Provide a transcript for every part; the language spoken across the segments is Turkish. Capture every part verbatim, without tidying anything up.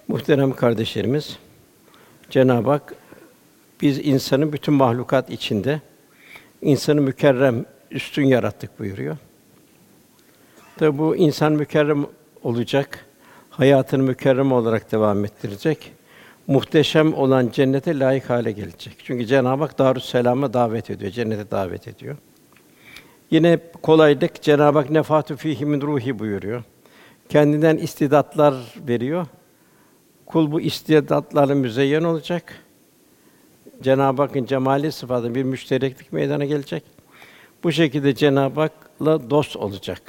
Muhterem kardeşlerimiz, Cenab-ı Hak biz insanı bütün mahlukat içinde insanı mükerrem, üstün yarattık buyuruyor. Tabi bu insan mükerrem olacak, hayatını mükerrem olarak devam ettirecek, muhteşem olan cennete layık hale gelecek. Çünkü Cenab-ı Hak Darüsselam'a davet ediyor, cennete davet ediyor. Yine kolaylık Cenab-ı Hak nefâtu fîhî min ruhi buyuruyor. Kendinden istidatlar veriyor. Kul bu istidatlarla müzeyyen olacak. Cenab-ı Hakk'ın cemali sıfatı bir müştereklik meydana gelecek. Bu şekilde Cenab-ı Hak'la dost olacak.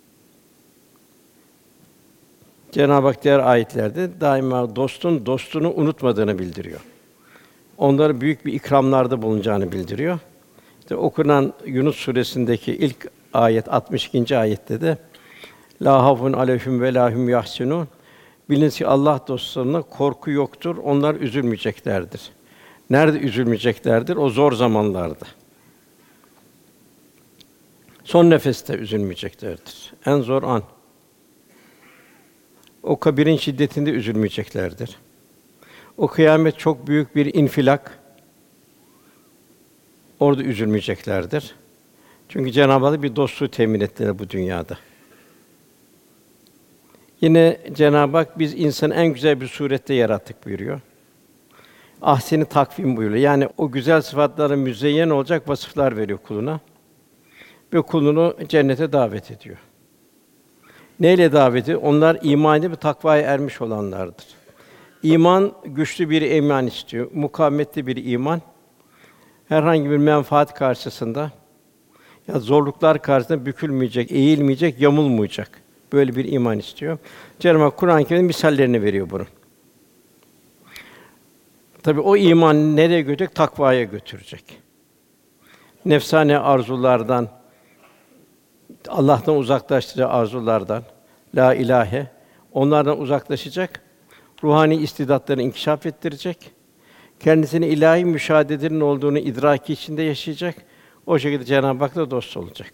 Cenab-ı Hak diğer ayetlerde daima dostun dostunu unutmadığını bildiriyor. Onlara büyük bir ikramlarda bulunacağını bildiriyor. İşte okunan Yunus suresindeki ilk ayet altmış ikinci ayette de la havfun aleyhim ve la hum yahsunun. Bilin ki Allah dostlarına korku yoktur. Onlar üzülmeyeceklerdir. Nerede üzülmeyeceklerdir? O zor zamanlarda. Son nefeste üzülmeyeceklerdir. En zor an. O kabirin şiddetinde üzülmeyeceklerdir. O kıyamet çok büyük bir infilak. Orada üzülmeyeceklerdir. Çünkü Cenab-ı Hak bir dostluğu temin ettiler bu dünyada. Yine Cenab-ı Hak biz insanı en güzel bir surette yarattık buyuruyor. Ahseni takvim buyuruyor. Yani o güzel sıfatlara müzeyyen olacak vasıflar veriyor kuluna ve kulunu cennete davet ediyor. Neyle davet ediyor? Onlar iman edip takvaya ermiş olanlardır. İman güçlü bir iman istiyor. Mukavemetli bir iman. Herhangi bir menfaat karşısında ya zorluklar karşısında bükülmeyecek, eğilmeyecek, yamulmayacak. Böyle bir iman istiyor. Cenab-ı Hak Kur'an-ı Kerim'de misallerini veriyor bunun. Tabii o iman nereye götürecek? Takvaya götürecek. Nefsane arzulardan, Allah'tan uzaklaştıracağı arzulardan, la ilahe, onlardan uzaklaşacak, ruhani istidatlarını inkişaf ettirecek, kendisini ilahi müşahedenin olduğunu idraki içinde yaşayacak, o şekilde Cenab-ı Hak'la dost olacak.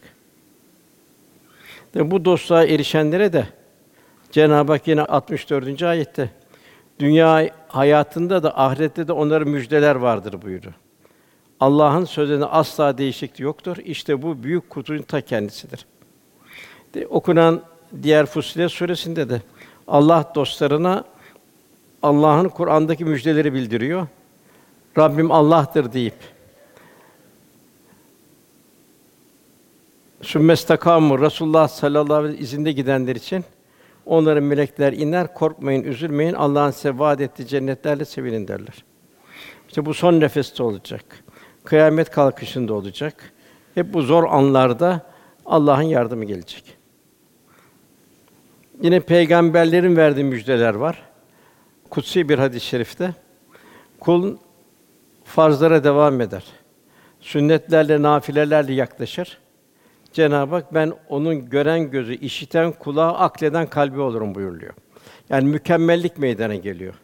Ve bu dostluğa erişenlere de Cenab-ı Hak yine altmış dördüncü ayette dünya hayatında da ahirette de onlara müjdeler vardır buyuruyor. Allah'ın sözlerinde asla değişiklik yoktur. İşte bu büyük kurtuluşun ta kendisidir. De, okunan diğer Fussilet suresinde de Allah dostlarına Allah'ın Kur'an'daki müjdeleri bildiriyor. Rabbim Allah'tır deyip sümmestakamu Resulullah sallallahu aleyhi ve sellem izinde gidenler için onların melekler iner, korkmayın, üzülmeyin. Allah'ın size vaad ettiği cennetlerle sevinin derler. İşte bu son nefeste olacak. Kıyamet kalkışında olacak. Hep bu zor anlarda Allah'ın yardımı gelecek. Yine peygamberlerin verdiği müjdeler var. Kutsi bir hadis-i şerifte kul farzlara devam eder. Sünnetlerle, nafilelerle yaklaşır. Cenab-ı Hak ben onun gören gözü, işiten kulağı, akleden kalbi olurum buyuruyor. Yani mükemmellik meydana geliyor.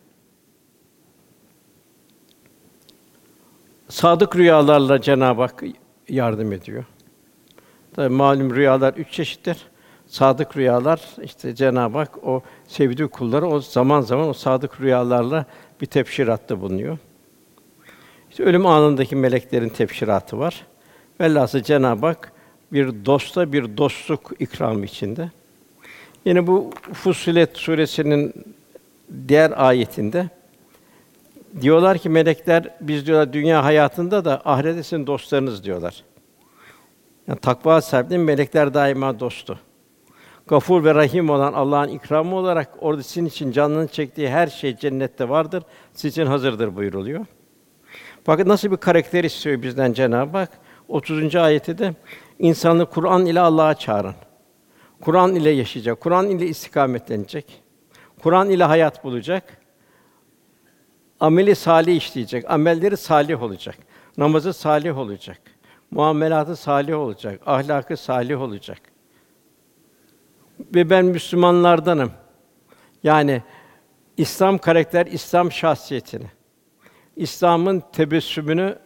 Sadık rüyalarla Cenab-ı Hak yardım ediyor. Tabii malum rüyalar üç çeşittir. Sadık rüyalar işte Cenab-ı Hak o sevdiği kulları o zaman zaman o sadık rüyalarla bir tebşiratta bulunuyor. İşte ölüm anındaki meleklerin tebşiratı var. Velhâsıl Cenab-ı Hak bir dosta bir dostluk ikramı içinde. Yine bu Fussilet suresinin diğer ayetinde diyorlar ki melekler biz diyorlar dünya hayatında da ahirette sizin dostlarınız diyorlar. Yani takva sahipleri melekler daima dostu. Gafur ve Rahim olan Allah'ın ikramı olarak orada sizin için canının çektiği her şey cennette vardır. Sizin için hazırdır buyuruluyor. Fakat nasıl bir karakter istiyor bizden Cenab-ı Hak? otuzuncu ayette de insanı Kur'an ile Allah'a çağırın. Kur'an ile yaşayacak, Kur'an ile istikametlenecek. Kur'an ile hayat bulacak. Ameli salih işleyecek, amelleri salih olacak. Namazı salih olacak. Muamelatı salih olacak, ahlakı salih olacak. Ve ben Müslümanlardanım. Yani İslam karakter, İslam şahsiyetini, İslam'ın tebessümünü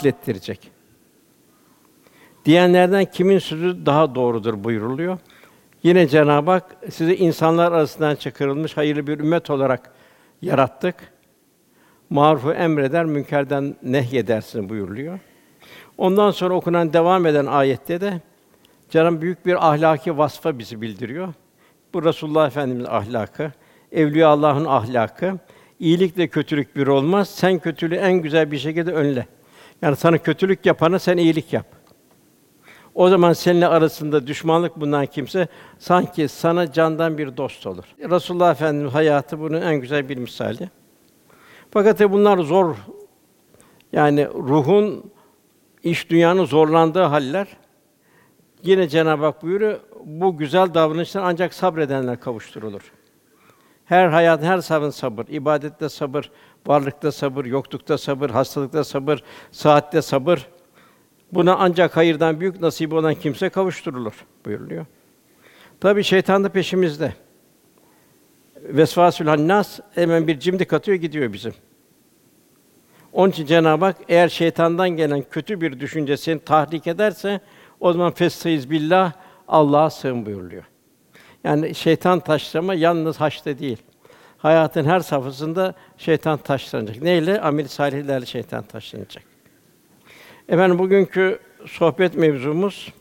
naklettirecek. Diyenlerden kimin sözü daha doğrudur buyuruluyor. Yine Cenab-ı Hak sizi insanlar arasından çıkarılmış hayırlı bir ümmet olarak yarattık. Marufu emreder, münkerden nehyedersin buyuruluyor. Ondan sonra okunan devam eden ayette de Cenab-ı büyük bir ahlaki vasfa bizi bildiriyor. Bu Resulullah Efendimiz ahlakı, Evliya Allah'ın ahlakı. İyilikle kötülük bir olmaz. Sen kötülüğü en güzel bir şekilde önle. Yani sana kötülük yapana sen iyilik yap. O zaman seninle arasında düşmanlık bulunan kimse sanki sana candan bir dost olur. Resulullah Efendimiz hayatı bunun en güzel bir misali. Fakat bunlar zor. Yani ruhun, iş dünyanın zorlandığı haller. Yine Cenab-ı Hak buyuruyor, bu güzel davranışlar ancak sabredenler kavuşturulur. Her hayat, her sabır sabır, ibadette sabır, varlıkta sabır, yoklukta sabır, hastalıkta sabır, saatte sabır. Buna ancak hayırdan büyük nasibi olan kimse kavuşturulur buyuruluyor. Tabii şeytan da peşimizde. Vesvasül hannas hemen bir cimdik atıyor gidiyor bizim. Onun için Cenab-ı Hak eğer şeytandan gelen kötü bir düşünce seni tahrik ederse o zaman festaiz billah Allah'a sığın buyuruluyor. Yani şeytan taşlama yalnız haçta değil. Hayatın her safhasında şeytan taşlanacak. Neyle? Amel-i salihlerle şeytan taşlanacak. Efendim bugünkü sohbet mevzumuz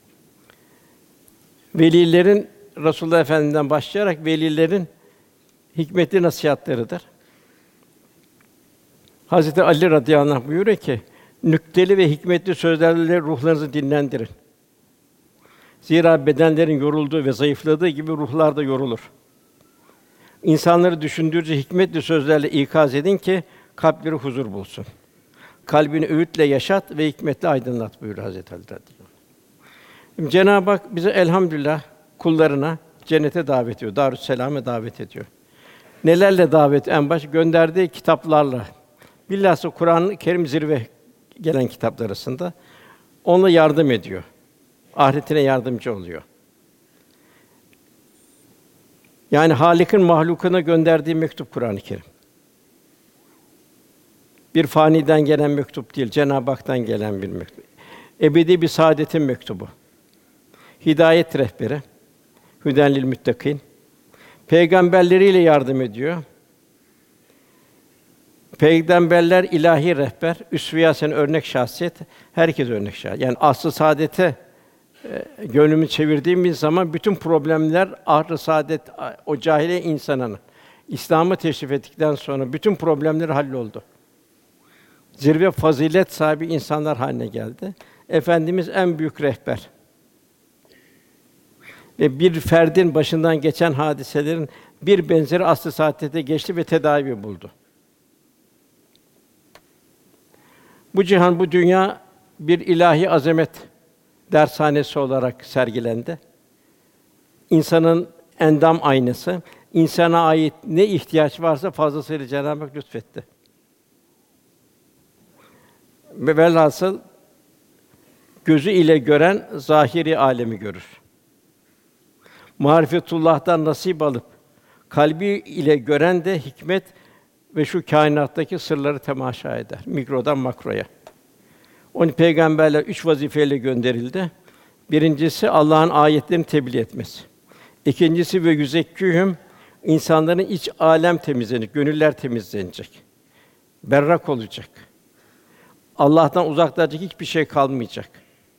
velilerin Resulullah Efendimiz'den başlayarak velilerin hikmetli nasihatlarıdır. Hazreti Ali radıyallahu anh buyuruyor ki, nükteli ve hikmetli sözlerle ruhlarınızı dinlendirin. Zira bedenlerin yorulduğu ve zayıfladığı gibi ruhlar da yorulur. İnsanları düşündürücü hikmetli sözlerle ikaz edin ki kalpleri huzur bulsun. Kalbini öğütle yaşat ve hikmetle aydınlat buyuruyor Hazreti Ali radıyallahu anh. Cenab-ı Hak bize elhamdülillah kullarına cennete davet ediyor, Darüsselam'a davet ediyor. Nelerle davet? En baş gönderdiği kitaplarla. Bilhassa Kur'an-ı Kerim zirve gelen kitaplar arasında ona yardım ediyor. Ahiretine yardımcı oluyor. Yani Hâlik'in mahlukuna gönderdiği mektup Kur'an-ı Kerim. Bir faniden gelen mektup değil, Cenab-ı Hak'tan gelen bir mektup. Ebedi bir saadetin mektubu. Hidayet rehberi, hüden lil müttakîn. Peygamberleriyle yardım ediyor. Peygamberler ilahi rehber, üsve-i hasen örnek şahsiyet, herkes örnek şahsiyet. Yani asr-ı saadete e, gönlümü çevirdiğimiz zaman bütün problemler ahr-ı saadet o cahiliye insanının İslam'ı teşrif ettikten sonra bütün problemleri halloldu. Zirve fazilet sahibi insanlar haline geldi. Efendimiz en büyük rehber. Ve bir ferdin başından geçen hadiselerin bir benzeri asr-ı saadete geçti ve tedavi buldu. Bu cihan, bu dünya bir ilahi azamet dershanesi olarak sergilendi. İnsanın endam aynası, insana ait ne ihtiyaç varsa fazlasıyla Cenab-ı Hak lütfetti. Ve velhasıl gözü ile gören zahiri alemi görür. Marifetullah'tan nasip alıp kalbi ile gören de hikmet ve şu kainattaki sırları temaşa eder. Mikrodan makroya. Onun peygamberler üç vazifeyle gönderildi. Birincisi Allah'ın ayetlerini tebliğ etmesi. İkincisi ve yüzekkûhüm insanların iç alem temizlenecek, gönüller temizlenecek. Berrak olacak. Allah'tan uzaklaşacak hiçbir şey kalmayacak.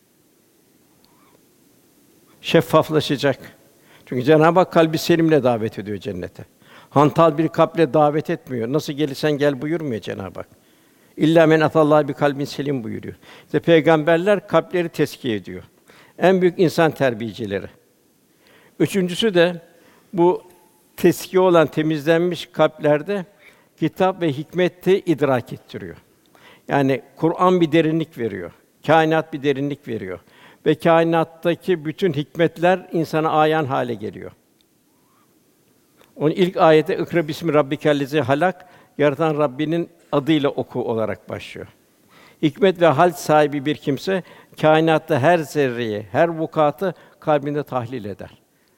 Şeffaflaşacak. Çünkü Cenab-ı Hak kalbi selimle davet ediyor cennete. Hantal bir kalple davet etmiyor. Nasıl gelirsen gel buyurmuyor Cenab-ı Hak. İlla men atallaha bi kalbin selim buyuruyor. İşte peygamberler kalpleri tezkiye ediyor. En büyük insan terbiyecileri. Üçüncüsü de bu tezkiye olan temizlenmiş kalplerde kitap ve hikmeti idrak ettiriyor. Yani Kur'an bir derinlik veriyor. Kainat bir derinlik veriyor. Ve kainattaki bütün hikmetler insana ayan hale geliyor. Onun ilk ayette "İkra bismi rabbikellezî halak" yaratan Rabbinin adıyla oku olarak başlıyor. Hikmet ve hal sahibi bir kimse kainatta her zerreyi, her vukuatı kalbinde tahlil eder.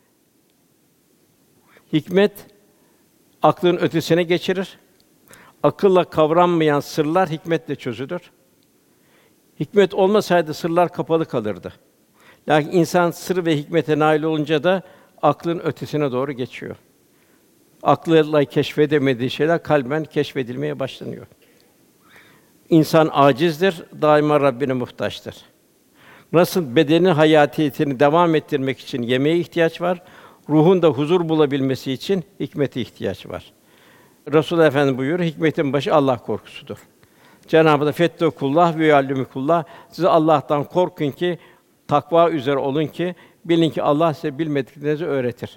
Hikmet aklın ötesine geçirir. Akılla kavranmayan sırlar hikmetle çözülür. Hikmet olmasaydı sırlar kapalı kalırdı. Lakin insan sır ve hikmete nail olunca da aklın ötesine doğru geçiyor. Aklıyla keşfedemediği şeyler kalben keşfedilmeye başlanıyor. İnsan acizdir, daima Rabbine muhtaçtır. Nasıl bedenin hayatiyetini devam ettirmek için yemeğe ihtiyaç var, ruhun da huzur bulabilmesi için hikmete ihtiyaç var. Resulullah Efendimiz buyuruyor, hikmetin başı Allah korkusudur. Cenab-ı Hak "Fettekullah ve yuallimukullah." Siz Allah'tan korkun ki, takva üzere olun ki, bilin ki Allah size bilmediklerinizi öğretir.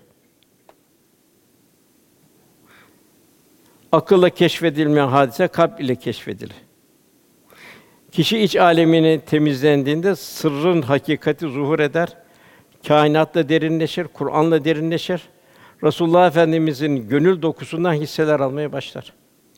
Akılla keşfedilmeyen hadise kalp ile keşfedilir. Kişi iç âlemini temizlendiğinde sırrın hakikati zuhur eder. Kainatla derinleşir, Kur'an'la derinleşir. Resulullah Efendimizin gönül dokusundan hisseler almaya başlar.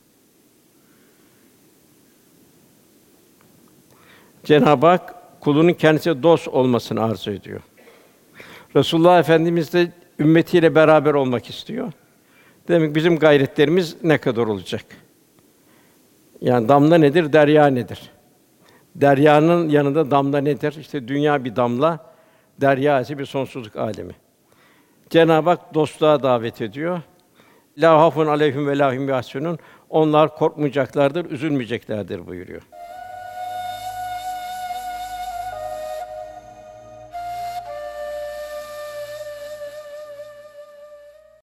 Cenab-ı Hak kulunun kendisine dost olmasını arzu ediyor. Resulullah Efendimiz de ümmetiyle beraber olmak istiyor. Demek bizim gayretlerimiz ne kadar olacak? Yani damla nedir, derya nedir? Deryanın yanında damla nedir? İşte dünya bir damla, derya ise bir sonsuzluk âlemi. Cenab-ı Hak dostluğa davet ediyor. "Lâ hafun aleyhim ve lâ hum yahzunûn." Onlar korkmayacaklardır, üzülmeyeceklerdir buyuruyor.